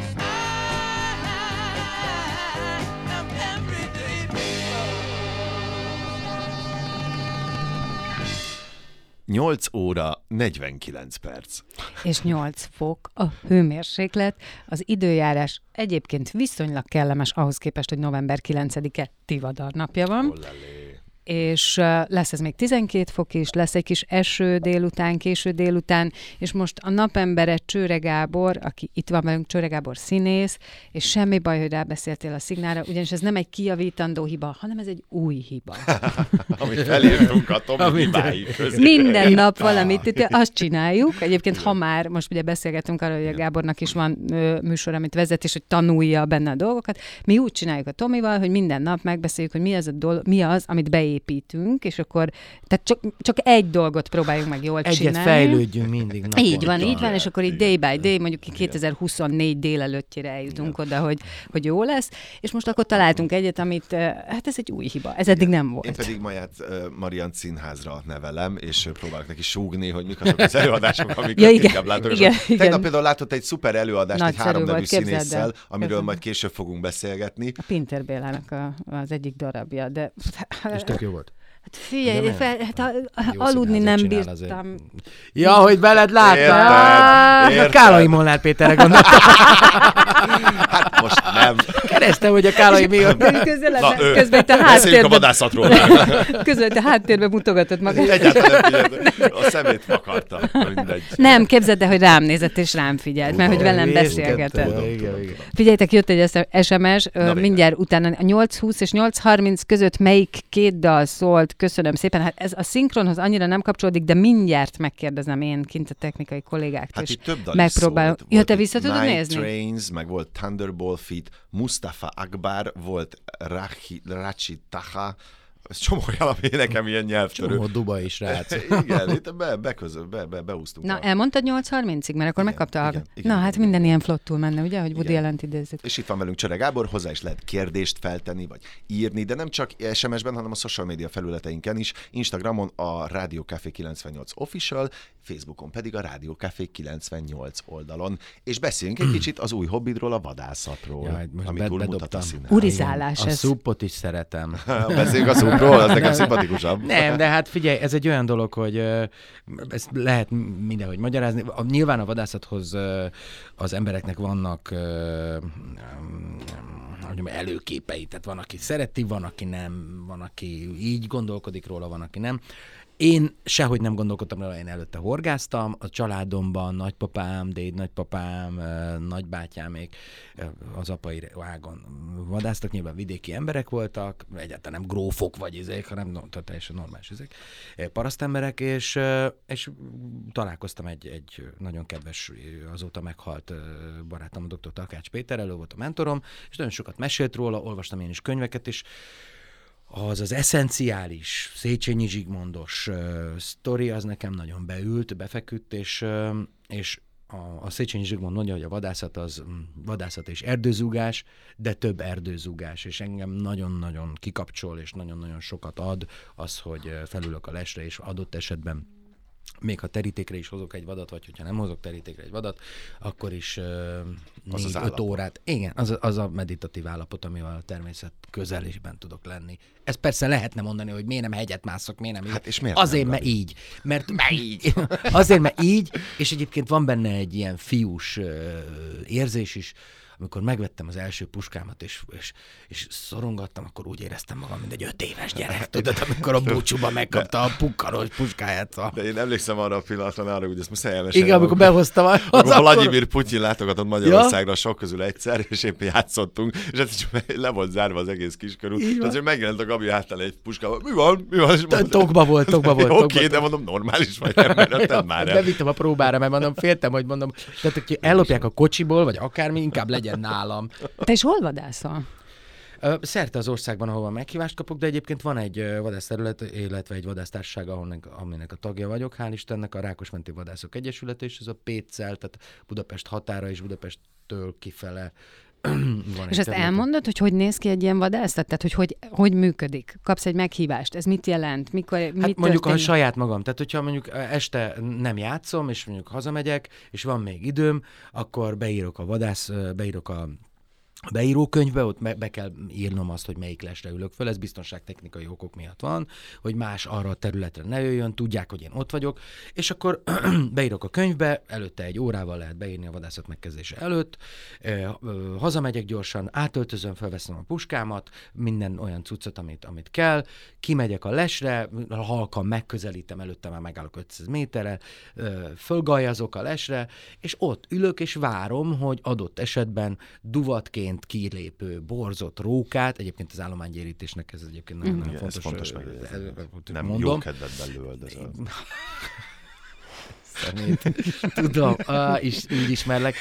Speaker 2: nyolc óra negyvenkilenc perc.
Speaker 3: És nyolc fok a hőmérséklet, az időjárás egyébként viszonylag kellemes ahhoz képest, hogy november kilencedike Tivadar napja van.
Speaker 2: Ollalé.
Speaker 3: És lesz ez még tizenkét fok is, lesz egy kis eső délután, késő délután, és most a napembere Csőre Gábor, aki itt van velünk, Csőre Gábor színész, és semmi baj, hogy rábeszéltél a szignálra, ugyanis ez nem egy kijavítandó hiba, hanem ez egy új hiba.
Speaker 2: Amit felírtunk a Tomi hibái közé.
Speaker 3: Minden nap valamit, itt azt csináljuk. Egyébként, ha már, most ugye beszélgetünk arról, hogy a Gábornak is van ö, műsor, amit vezet, és hogy tanulja benne a dolgokat. Mi úgy csináljuk a Tomival, hogy minden nap megbeszéljük, hogy mi az, a dolog, mi az amit beépítünk, és akkor tehát csak, csak egy dolgot próbáljunk meg jól
Speaker 4: Egyet
Speaker 3: csinálni.
Speaker 4: fejlődjünk mindig. Naponta.
Speaker 3: Így van, így van, és akkor így day by day, mondjuk kétezer-huszonnégy délelőttjére eljutunk oda, hogy, hogy jó lesz, és most akkor találtunk egyet, amit, hát ez egy új hiba, ez eddig nem volt.
Speaker 2: Én pedig Maját uh, Mariant Színházra nevelem, és próbálok neki súgni, hogy mik azok az előadások, amiket
Speaker 3: ja, igen,
Speaker 2: inkább látok.
Speaker 3: igen,
Speaker 2: Tegnap
Speaker 3: igen.
Speaker 2: például látott egy szuper előadást,
Speaker 3: Nagyszerű
Speaker 2: egy három nevű
Speaker 3: volt, képzeld el.
Speaker 2: színésszel, amiről
Speaker 3: Képzeld.
Speaker 2: majd később fogunk beszélgetni.
Speaker 3: A Pinter Bélának a, az egyik darabja, de...
Speaker 4: És tök jó volt.
Speaker 3: Hát figyelj, fel, hát a,
Speaker 4: Jó
Speaker 3: aludni nem
Speaker 4: színházat csinál
Speaker 3: bírtam.
Speaker 4: azért. Ja, hogy veled láttam.
Speaker 2: Érted, érted.
Speaker 4: A Kálai Molnár Péterre gondoltam.
Speaker 2: Hát most nem.
Speaker 4: Kerestem, hogy a Kálai mi van.
Speaker 3: Közben,
Speaker 2: Na, ő.
Speaker 3: közben itt a
Speaker 2: Beszéljünk a
Speaker 3: háttérben,
Speaker 2: vadászatról.
Speaker 3: közben itt a háttérben mutogatott magát.
Speaker 2: Egyáltalán nem figyeltem. A szemét vakartam. Mindegy.
Speaker 3: Nem, képzeld el, hogy rám nézett és rám figyelt, mert hogy velem
Speaker 4: És
Speaker 3: beszélgetett.
Speaker 4: kettő, igen, igen.
Speaker 3: Figyeljetek, jött egy es em es,
Speaker 2: Na,
Speaker 3: mindjárt utána a nyolc húsz és nyolc harminc között melyik két dal szólt, köszönöm szépen. Hát ez a szinkronhoz annyira nem kapcsolódik, de mindjárt megkérdezem én kint a technikai kollégáktól.
Speaker 2: Hát itt több dal
Speaker 3: megpróbálom.
Speaker 2: is szólt.
Speaker 3: Ja, te
Speaker 2: Volt
Speaker 3: vissza
Speaker 2: itt
Speaker 3: tudod
Speaker 2: Night
Speaker 3: nézni?
Speaker 2: Trains, meg volt Thunderball Feet, Mustafa Akbar, volt Rachi, Rachi Taha, ez csomó olyan, ami nekem ilyen nyelvtörő.
Speaker 4: Csomó Dubai is rác.
Speaker 2: Igen, itt be, beközöl, be, be, beúztunk.
Speaker 3: Na,
Speaker 2: a...
Speaker 3: elmondtad nyolc harmincig, mert akkor
Speaker 2: Igen,
Speaker 3: megkapta a...
Speaker 2: igen, igen,
Speaker 3: Na, hát
Speaker 2: igen,
Speaker 3: minden
Speaker 2: igen.
Speaker 3: ilyen flottul menne, ugye, hogy Woody
Speaker 2: Igen.
Speaker 3: Allent idézzük.
Speaker 2: És itt van velünk Csőre Gábor, hozzá is lehet kérdést feltenni, vagy írni, de nem csak es em es-ben, hanem a social media felületeinken is. Instagramon a Rádió Café kilencvennyolc Official, Facebookon pedig a Rádió Café kilencvennyolc oldalon. És beszéljünk egy kicsit az új hobbidról, a vadászatról,
Speaker 4: Jaj, most
Speaker 2: ami
Speaker 4: be-
Speaker 2: túlmutat a
Speaker 4: bedobtam.
Speaker 2: színen.
Speaker 3: Urizálás
Speaker 4: A
Speaker 3: ez.
Speaker 4: szupot is szeretem.
Speaker 2: Beszéljünk a szupról, az nekem szimpatikusabb.
Speaker 4: Nem, de hát figyelj, ez egy olyan dolog, hogy ö, ezt lehet mindenhogy magyarázni. A, nyilván a vadászathoz ö, az embereknek vannak ö, hogy mondjam, előképei, tehát van, aki szereti, van, aki nem, van, aki így gondolkodik róla, van, aki nem. Én sehogy nem gondolkodtam róla, én előtte horgáztam, a családomban nagypapám, déd nagypapám, nagybátyámék az apai ágon vadásztak, nyilván vidéki emberek voltak, egyáltalán nem grófok vagy izék, hanem no, teljesen normális izék, parasztemberek, és, és találkoztam egy, egy nagyon kedves, azóta meghalt barátom, dr. Takács Péterrel, ő volt a mentorom, és nagyon sokat mesélt róla, olvastam én is könyveket, és az az eszenciális Széchenyi Zsigmondos uh, sztori, az nekem nagyon beült, befeküdt, és, uh, és a, a Széchenyi Zsigmond mondja, hogy a vadászat az vadászat és erdőzúgás, de több erdőzúgás, és engem nagyon-nagyon kikapcsol, és nagyon-nagyon sokat ad az, hogy felülök a lesre, és adott esetben még ha terítékre is hozok egy vadat, vagy hogyha nem hozok terítékre egy vadat, akkor is uh, négy öt órát. Igen, az, az a meditatív állapot, amivel a természet közelésben tudok lenni. Ez persze lehetne mondani, hogy miért nem hegyet mászok, miért nem így.
Speaker 2: Hát és miért
Speaker 4: Azért,
Speaker 2: nem,
Speaker 4: mert így. Mert így. Azért, mert így, és egyébként van benne egy ilyen fiús uh, érzés is, amikor megvettem az első puskámat, és, és, és szorongattam, akkor úgy éreztem magam, mint egy öt éves gyerek. Tudod, amikor a búcsúban megkapta a pukkaros puskáját. A...
Speaker 2: De én emlékszem arra a pillanatra, arra, hogy ezt muszáj elmesélni.
Speaker 4: Igen, amikor behoztam. Az
Speaker 2: akkor
Speaker 4: akkor...
Speaker 2: Vladimir Putyin látogatott Magyarországra ja? sok közül egyszer, és éppen játszottunk, és hát le volt zárva az egész kiskörül. És azért megjelent a Gabi hátán egy puskával. Mi van? Mi van?
Speaker 4: Tokba volt, tokba volt.
Speaker 2: Oké, okay, de mondom, normális vagy ember, ja, már el.
Speaker 4: Bevittem a próbára, mert mondom, féltem, hogy mondom, tehát, hogy ellopják a kocsiból, vagy akármi, inkább legyen nálam.
Speaker 3: Te is hol vadászol?
Speaker 4: Szerte az országban, ahol meghívást kapok, de egyébként van egy vadászterület, illetve egy vadásztársaság, aminek a tagja vagyok, hál' Istennek, a Rákosmenti Vadászok Egyesülete, és ez a Péccel, tehát Budapest határa és Budapesttől kifele. Van
Speaker 3: és ezt elmondod, hogy hogy néz ki egy ilyen vadászat? Tehát, hogy, hogy hogy működik? Kapsz egy meghívást? Ez mit jelent? Mikor,
Speaker 4: hát
Speaker 3: mit
Speaker 4: mondjuk a saját magam. Tehát, hogyha mondjuk este nem játszom, és mondjuk hazamegyek, és van még időm, akkor beírok a vadász, beírok a A beírókönyvbe, ott be kell írnom azt, hogy melyik lesre ülök föl, ez biztonságtechnikai okok miatt van, hogy más arra a területre ne jöjjön, tudják, hogy én ott vagyok, és akkor beírok a könyvbe, előtte egy órával lehet beírni a vadászat megkezdése előtt, hazamegyek gyorsan, átöltözöm, felveszem a puskámat, minden olyan cuccot, amit, amit kell, kimegyek a lesre, halkan megközelítem, előtte már megállok ötszáz méterre, fölgajazok a lesre, és ott ülök, és várom, hogy adott esetben duvatként kilépő borzott rókát, egyébként az állománygyérítésnek ez egyébként nagyon, nagyon fontos.
Speaker 2: Ez fontos meg, ez, nem
Speaker 4: mondom.
Speaker 2: jó kedvet belőled ez a...
Speaker 4: Szemét. Tudom, ah, is, úgy ismerlek.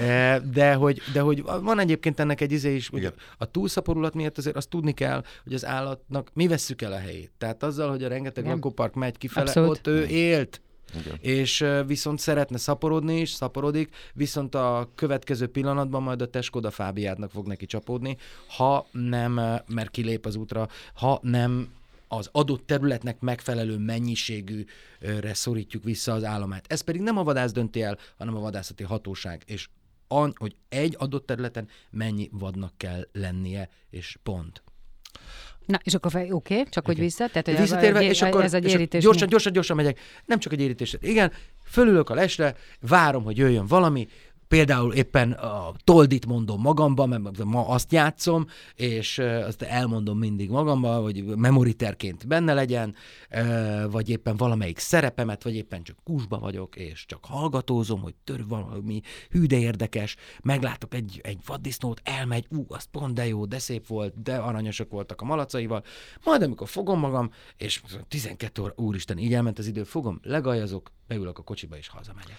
Speaker 4: De hogy, de hogy van egyébként ennek egy izé is, hogy a túlszaporulat miatt azért azt tudni kell, hogy az állatnak mi vesszük el a helyét. Tehát azzal, hogy a rengeteg lakópark megy kifele, abszolút. Ott ő élt. Igen. És viszont szeretne szaporodni is, szaporodik, viszont a következő pillanatban majd a te Skoda Fábiádnak fog neki csapódni, ha nem, mert kilép az útra, ha nem az adott területnek megfelelő mennyiségűre szorítjuk vissza az állományt. Ez pedig nem a vadász dönti el, hanem a vadászati hatóság, és an, hogy egy adott területen mennyi vadnak kell lennie, és pont.
Speaker 3: Na, és akkor oké, okay, csak hogy vissza, tehát hogy
Speaker 4: visszatérve,
Speaker 3: a,
Speaker 4: és akkor
Speaker 3: ez a gyérítés.
Speaker 4: Gyorsan, gyorsan, gyorsan megyek. Nem csak a gyérítés. Igen, fölülök a lesre, várom, hogy jöjjön valami, például éppen a toldit mondom magamban, mert ma azt játszom, és azt elmondom mindig magamban, hogy memoriterként benne legyen, vagy éppen valamelyik szerepemet, vagy éppen csak kusba vagyok, és csak hallgatózom, hogy tör valami hű, de érdekes, meglátok egy, egy vaddisznót, elmegy, ú, az pont de jó, de szép volt, de aranyosak voltak a malacaival, majd amikor fogom magam, és tizenkét óra, úristen, így elment az idő, fogom, legajazok, beülök a kocsiba, és hazamegyek.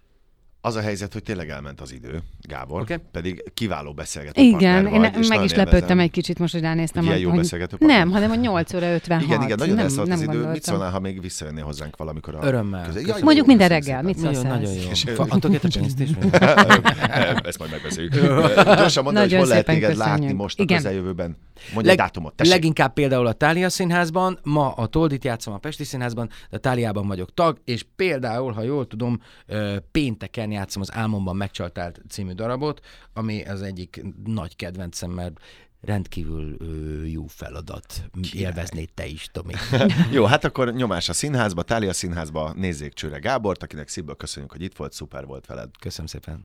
Speaker 2: Az a helyzet, hogy tényleg elment az idő, Gábor, okay. pedig kiváló beszélgető
Speaker 3: igen,
Speaker 2: vagy.
Speaker 3: Igen, én meg is lepődtem egy kicsit most, hogy ránéztem.
Speaker 2: Ilyen jó beszélgető partner?
Speaker 3: Nem, hanem a nyolc óra ötvenhat.
Speaker 2: Igen, igen, nagyon elszállt az idő.
Speaker 3: Gondoltam.
Speaker 2: Mit szólnál, ha még visszajönnél hozzánk valamikor? A
Speaker 4: Örömmel.
Speaker 2: Közel...
Speaker 3: Ja, mondjuk minden reggel, mit szólsz?
Speaker 4: Nagyon jó. Adtok egy pénzt is?
Speaker 2: Ezt majd megbeszéljük. Gyorsan mondta, hogy hol lehet téged látni most a közeljövőben. Mondj egy dátumot, tessék.
Speaker 4: Leginkább például a Thália Színházban, ma a Toldit játszom a Pesti Színházban, de a Tháliában vagyok tag, és például, ha jól tudom, pénteken játszom az Álmomban megcsaltált című darabot, ami az egyik nagy kedvencem, mert rendkívül ö, jó feladat. Élveznéd te is, Tomi.
Speaker 2: Jó, hát akkor nyomás a színházba, Thália Színházba, nézzék Csőre Gábort, akinek szívből köszönjük, hogy itt volt, szuper volt veled.
Speaker 4: Köszönöm szépen.